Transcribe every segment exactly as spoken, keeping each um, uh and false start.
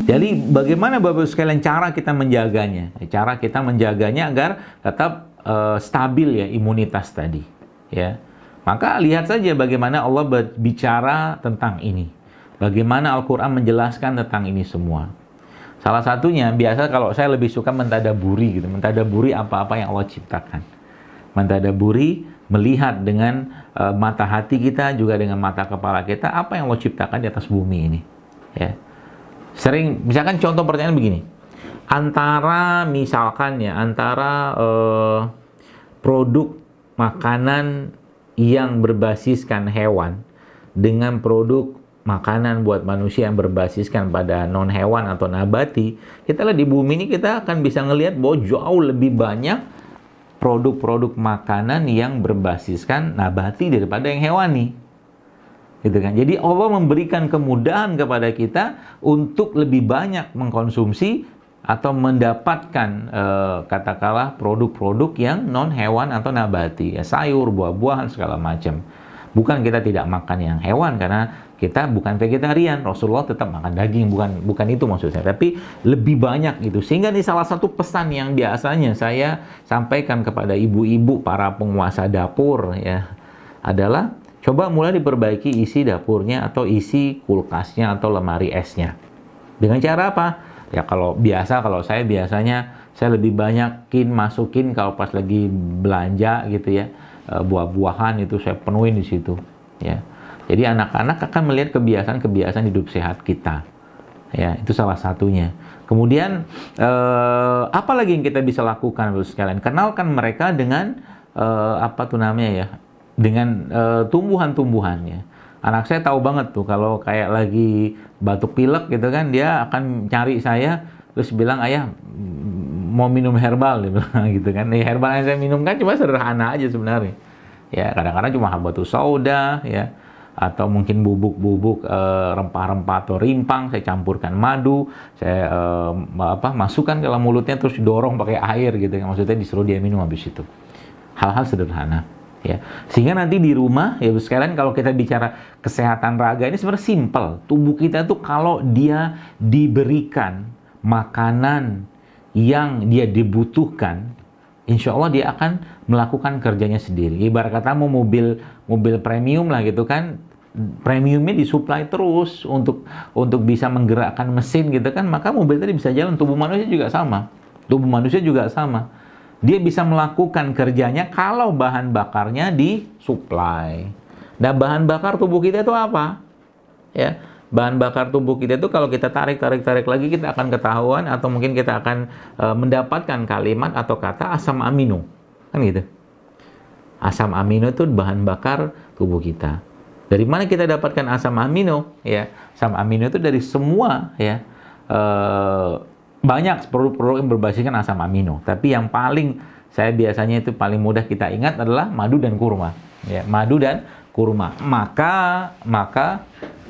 Jadi bagaimana Bapak Ibu sekalian cara kita menjaganya? Cara kita menjaganya agar tetap uh, stabil ya imunitas tadi. Ya, maka lihat saja bagaimana Allah berbicara tentang ini. Bagaimana Al-Quran menjelaskan tentang ini semua. Salah satunya biasa kalau saya lebih suka mentadaburi gitu, mentadaburi apa-apa yang Allah ciptakan. Mentadaburi, melihat dengan uh, mata hati kita juga dengan mata kepala kita apa yang Allah ciptakan di atas bumi ini. Ya. Sering, misalkan contoh pertanyaan begini, antara misalkan ya, antara eh, produk makanan yang berbasiskan hewan dengan produk makanan buat manusia yang berbasiskan pada non hewan atau nabati, kita lihat di bumi ini kita akan bisa ngelihat bahwa jauh lebih banyak produk-produk makanan yang berbasiskan nabati daripada yang hewani. Gitu kan. Jadi Allah memberikan kemudahan kepada kita untuk lebih banyak mengkonsumsi atau mendapatkan e, katakanlah produk-produk yang non hewan atau nabati, ya, sayur, buah-buahan segala macam. Bukan kita tidak makan yang hewan karena kita bukan vegetarian. Rasulullah tetap makan daging, bukan bukan itu maksud saya. Tapi lebih banyak itu. Sehingga ini salah satu pesan yang biasanya saya sampaikan kepada ibu-ibu para penguasa dapur ya adalah coba mulai diperbaiki isi dapurnya atau isi kulkasnya atau lemari esnya. Dengan cara apa? Ya kalau biasa, kalau saya biasanya saya lebih banyakin masukin kalau pas lagi belanja gitu ya, buah-buahan itu saya penuhin di situ. Ya, jadi anak-anak akan melihat kebiasaan-kebiasaan hidup sehat kita. Ya, itu salah satunya. Kemudian eh, apa lagi yang kita bisa lakukan, Bapak sekalian? Kenalkan mereka dengan eh, apa tuh namanya ya? Dengan uh, tumbuhan-tumbuhannya. Anak saya tahu banget tuh kalau kayak lagi batuk pilek gitu kan, dia akan cari saya terus bilang, ayah mau minum herbal, dia bilang gitu kan. Nah, herbal yang saya minum kan cuma sederhana aja sebenarnya. Ya kadang-kadang cuma habatus sauda ya, atau mungkin bubuk-bubuk uh, rempah-rempah atau rimpang, saya campurkan madu, saya uh, apa masukkan ke dalam mulutnya terus didorong pakai air gitu kan. Maksudnya disuruh dia minum habis itu. Hal-hal sederhana. Ya, sehingga nanti di rumah ya sekalian kalau kita bicara kesehatan raga ini sebenarnya simpel. Tubuh kita tuh kalau dia diberikan makanan yang dia dibutuhkan, insya Allah dia akan melakukan kerjanya sendiri. Ibarat kata mau mobil mobil premium lah gitu kan, premiumnya disuplai terus untuk untuk bisa menggerakkan mesin gitu kan, maka mobil tadi bisa jalan. Tubuh manusia juga sama. Tubuh manusia juga sama. Dia bisa melakukan kerjanya kalau bahan bakarnya disuplai. Nah, bahan bakar tubuh kita itu apa? Ya, bahan bakar tubuh kita itu kalau kita tarik, tarik, tarik lagi kita akan ketahuan atau mungkin kita akan e, mendapatkan kalimat atau kata asam amino, kan gitu. Asam amino itu bahan bakar tubuh kita. Dari mana kita dapatkan asam amino? Ya, asam amino itu dari semua ya. E, Banyak produk-produk yang berbasiskan asam amino, tapi yang paling saya biasanya itu paling mudah kita ingat adalah madu dan kurma. Ya, madu dan kurma. Maka maka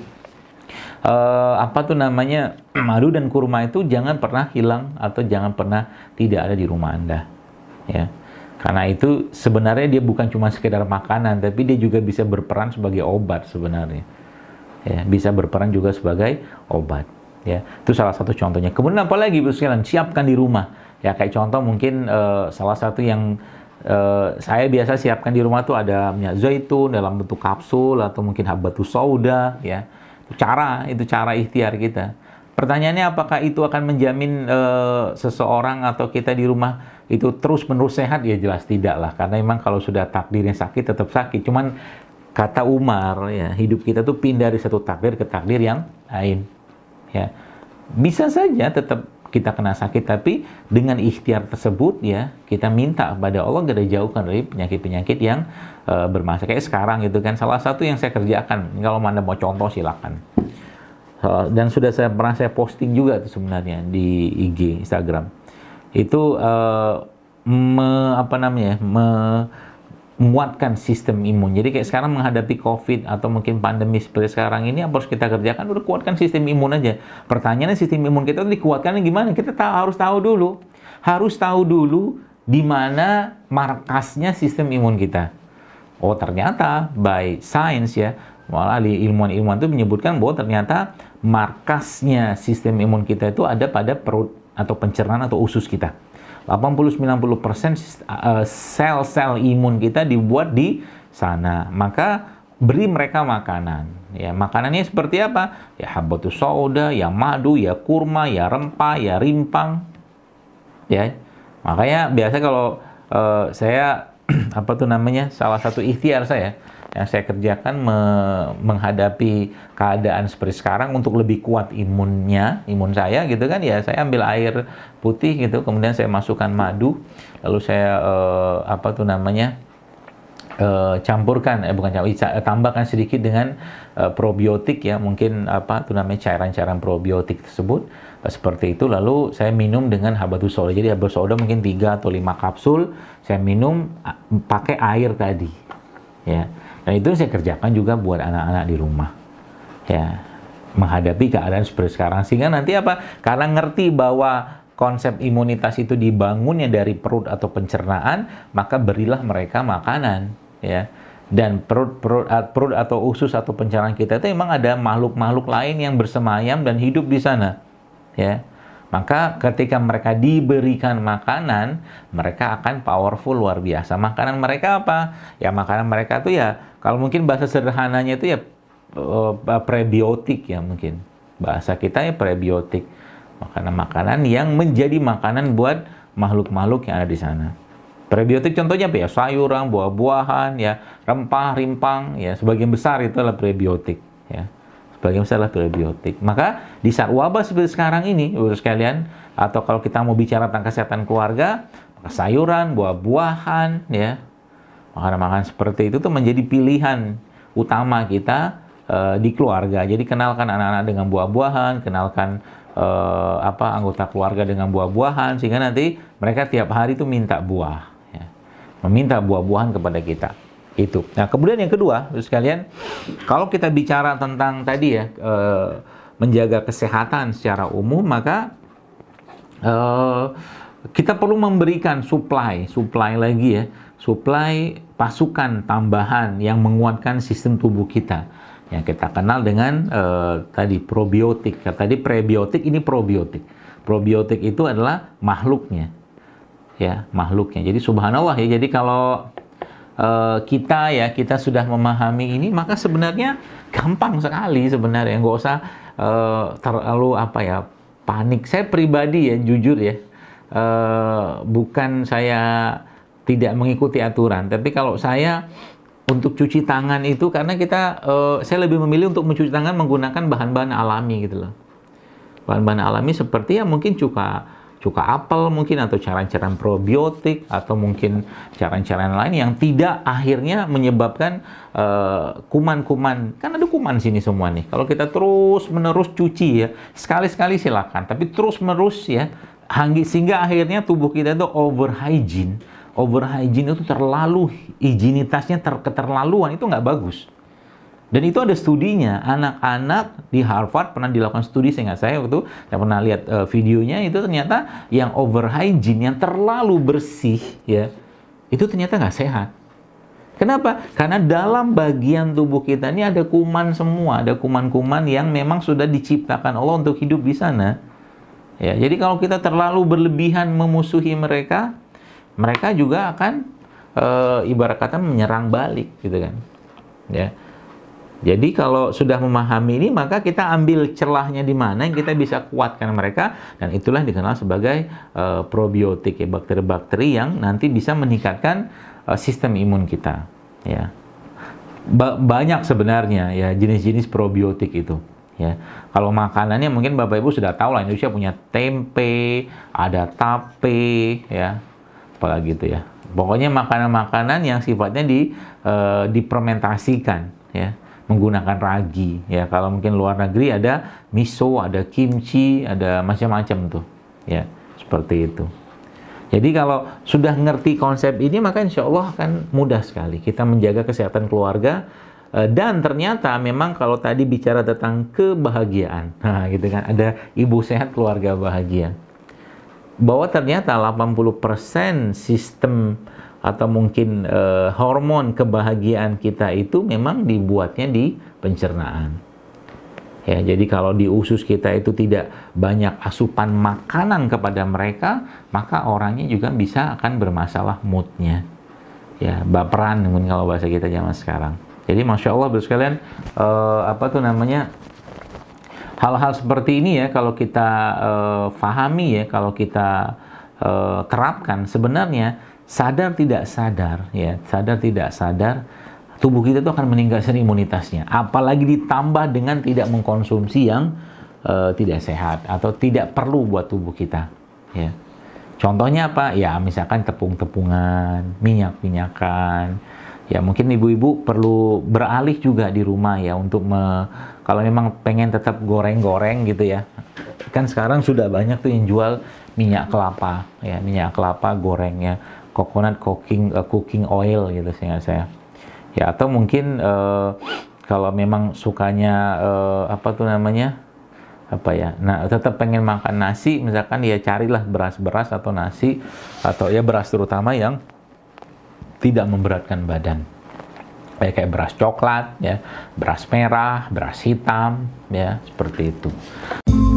eh, apa tuh namanya madu dan kurma itu jangan pernah hilang atau jangan pernah tidak ada di rumah Anda. Ya, karena itu sebenarnya dia bukan cuma sekedar makanan, tapi dia juga bisa berperan sebagai obat sebenarnya. Ya, bisa berperan juga sebagai obat. Ya, itu salah satu contohnya. Kemudian apa lagi, Bapak sekalian? Siapkan di rumah. Ya, kayak contoh mungkin uh, salah satu yang uh, saya biasa siapkan di rumah tuh ada minyak zaitun dalam bentuk kapsul atau mungkin habatus sauda. Ya, itu cara itu cara ikhtiar kita. Pertanyaannya apakah itu akan menjamin uh, seseorang atau kita di rumah itu terus-menerus sehat? Ya jelas tidak lah. Karena memang kalau sudah takdirnya sakit tetap sakit. Cuman kata Umar, ya hidup kita tuh pindah dari satu takdir ke takdir yang lain. Ya, bisa saja tetap kita kena sakit, tapi dengan ikhtiar tersebut ya kita minta kepada Allah agar dijauhkan dari penyakit-penyakit yang uh, bermasalah. Kayak sekarang gitu kan, salah satu yang saya kerjakan, kalau Anda mau contoh silakan. Uh, dan sudah saya pernah saya posting juga tuh sebenarnya di I G Instagram. Itu uh, me, apa namanya? Me, menguatkan sistem imun. Jadi kayak sekarang menghadapi COVID atau mungkin pandemi seperti sekarang ini, apa harus kita kerjakan? Udah kuatkan sistem imun aja. Pertanyaannya sistem imun kita itu dikuatkan gimana? Kita tahu, harus tahu dulu. Harus tahu dulu di mana markasnya sistem imun kita. Oh ternyata by science ya, malah di ilmuwan-ilmuwan itu menyebutkan bahwa ternyata markasnya sistem imun kita itu ada pada perut atau pencernaan atau usus kita. delapan puluh sampai sembilan puluh persen sel-sel imun kita dibuat di sana. Maka beri mereka makanan. Ya, makanannya seperti apa? Ya habbatus sauda, ya madu, ya kurma, ya rempah, ya rimpang. Ya. Makanya biasa kalau uh, saya apa tuh namanya? Salah satu ikhtiar saya yang saya kerjakan me menghadapi keadaan seperti sekarang untuk lebih kuat imunnya, imun saya gitu kan ya, saya ambil air putih gitu, kemudian saya masukkan madu, lalu saya uh, apa tuh namanya uh, campurkan, eh bukan campur, tambahkan sedikit dengan uh, probiotik ya, mungkin apa tuh namanya cairan-cairan probiotik tersebut uh, seperti itu, lalu saya minum dengan habbatus sauda. Jadi habbatus sauda mungkin tiga atau lima kapsul, saya minum uh, pakai air tadi ya. Dan itu saya kerjakan juga buat anak-anak di rumah. Ya, menghadapi keadaan seperti sekarang. Sehingga nanti apa? Karena ngerti bahwa konsep imunitas itu dibangunnya dari perut atau pencernaan, maka berilah mereka makanan. Ya. Dan perut, perut, perut atau usus atau pencernaan kita itu memang ada makhluk-makhluk lain yang bersemayam dan hidup di sana. Ya. Maka ketika mereka diberikan makanan, mereka akan powerful luar biasa. Makanan mereka apa? Ya makanan mereka tuh ya, kalau mungkin bahasa sederhananya itu ya uh, prebiotik ya mungkin. Bahasa kita ya prebiotik. Makanan-makanan yang menjadi makanan buat makhluk-makhluk yang ada di sana. Prebiotik contohnya apa ya? Sayuran, buah-buahan, ya rempah, rimpang, ya sebagian besar itu adalah prebiotik. Ya. Sebagian besar adalah prebiotik. Maka di saat wabah seperti sekarang ini, Bapak sekalian, atau kalau kita mau bicara tentang kesehatan keluarga, maka sayuran, buah-buahan, ya, makanan-makanan seperti itu tuh menjadi pilihan utama kita uh, di keluarga. Jadi kenalkan anak-anak dengan buah-buahan, kenalkan uh, apa anggota keluarga dengan buah-buahan, sehingga nanti mereka tiap hari itu minta buah, ya, meminta buah-buahan kepada kita. Itu. Nah, kemudian yang kedua, sekalian, kalau kita bicara tentang tadi ya e, menjaga kesehatan secara umum, maka e, kita perlu memberikan supply, supply lagi ya, supply pasukan tambahan yang menguatkan sistem tubuh kita. Yang kita kenal dengan e, tadi probiotik. Tadi prebiotik, ini probiotik. Probiotik itu adalah makhluknya, ya makhluknya. Jadi subhanallah ya. Jadi kalau Uh, kita ya kita sudah memahami ini, maka sebenarnya gampang sekali sebenarnya, nggak usah uh, terlalu apa ya panik. Saya pribadi ya jujur ya, uh, bukan saya tidak mengikuti aturan, tapi kalau saya untuk cuci tangan itu karena kita uh, saya lebih memilih untuk mencuci tangan menggunakan bahan-bahan alami gitu loh, bahan-bahan alami seperti ya mungkin cuka cuka apel mungkin, atau cairan-cairan probiotik, atau mungkin cairan-cairan lain yang tidak akhirnya menyebabkan kuman-kuman. Uh, kan ada kuman sini semua nih. Kalau kita terus-menerus cuci ya, sekali-sekali silakan, tapi terus-menerus ya, sehingga akhirnya tubuh kita itu over hygiene. Over hygiene itu terlalu, higienitasnya ter keterlaluan, itu nggak bagus. Dan itu ada studinya, anak-anak di Harvard pernah dilakukan studi, seingat saya waktu saya pernah lihat uh, videonya, itu ternyata yang over hygiene, yang terlalu bersih ya, itu ternyata nggak sehat. Kenapa? Karena dalam bagian tubuh kita ini ada kuman semua, ada kuman-kuman yang memang sudah diciptakan Allah untuk hidup di sana. Ya, jadi kalau kita terlalu berlebihan memusuhi mereka, mereka juga akan uh, ibarat kata menyerang balik gitu kan. Ya. Jadi kalau sudah memahami ini, maka kita ambil celahnya di mana yang kita bisa kuatkan mereka, dan itulah dikenal sebagai uh, probiotik ya, bakteri-bakteri yang nanti bisa meningkatkan uh, sistem imun kita. Ya, ba banyak sebenarnya ya jenis-jenis probiotik itu. Ya, kalau makanannya mungkin Bapak Ibu sudah tahu lah, Indonesia punya tempe, ada tape, ya, apalagi itu ya. Pokoknya makanan-makanan yang sifatnya di uh, difermentasikan, ya, menggunakan ragi ya. Kalau mungkin luar negeri ada miso, ada kimchi, ada macam-macam tuh ya, seperti itu. Jadi kalau sudah ngerti konsep ini, maka insya Allah akan mudah sekali kita menjaga kesehatan keluarga. Dan ternyata memang kalau tadi bicara tentang kebahagiaan, nah gitu kan, ada ibu sehat keluarga bahagia, bahwa ternyata delapan puluh persen sistem atau mungkin uh, hormon kebahagiaan kita itu memang dibuatnya di pencernaan. Ya, jadi kalau di usus kita itu tidak banyak asupan makanan kepada mereka, maka orangnya juga bisa akan bermasalah moodnya. Ya, baperan mungkin kalau bahasa kita zaman sekarang. Jadi Masya Allah Bapak sekalian, eh, apa tuh namanya, hal-hal seperti ini ya, kalau kita eh, fahami ya, kalau kita eh, terapkan, sebenarnya sadar tidak sadar ya, sadar tidak sadar, tubuh kita itu akan meningkatkan imunitasnya. Apalagi ditambah dengan tidak mengkonsumsi yang uh, tidak sehat atau tidak perlu buat tubuh kita. Ya. Contohnya apa? Ya misalkan tepung-tepungan, minyak-minyakan. Ya mungkin ibu-ibu perlu beralih juga di rumah ya untuk me, kalau memang pengen tetap goreng-goreng gitu ya. Kan sekarang sudah banyak tuh yang jual minyak kelapa, ya minyak kelapa gorengnya, coconut cooking uh, cooking oil gitu seingat saya. Ya atau mungkin uh, kalau memang sukanya uh, apa tuh namanya apa ya, nah tetap pengen makan nasi misalkan, ya carilah beras-beras atau nasi atau ya beras terutama yang tidak memberatkan badan, kayak kayak beras coklat ya, beras merah, beras hitam ya, seperti itu.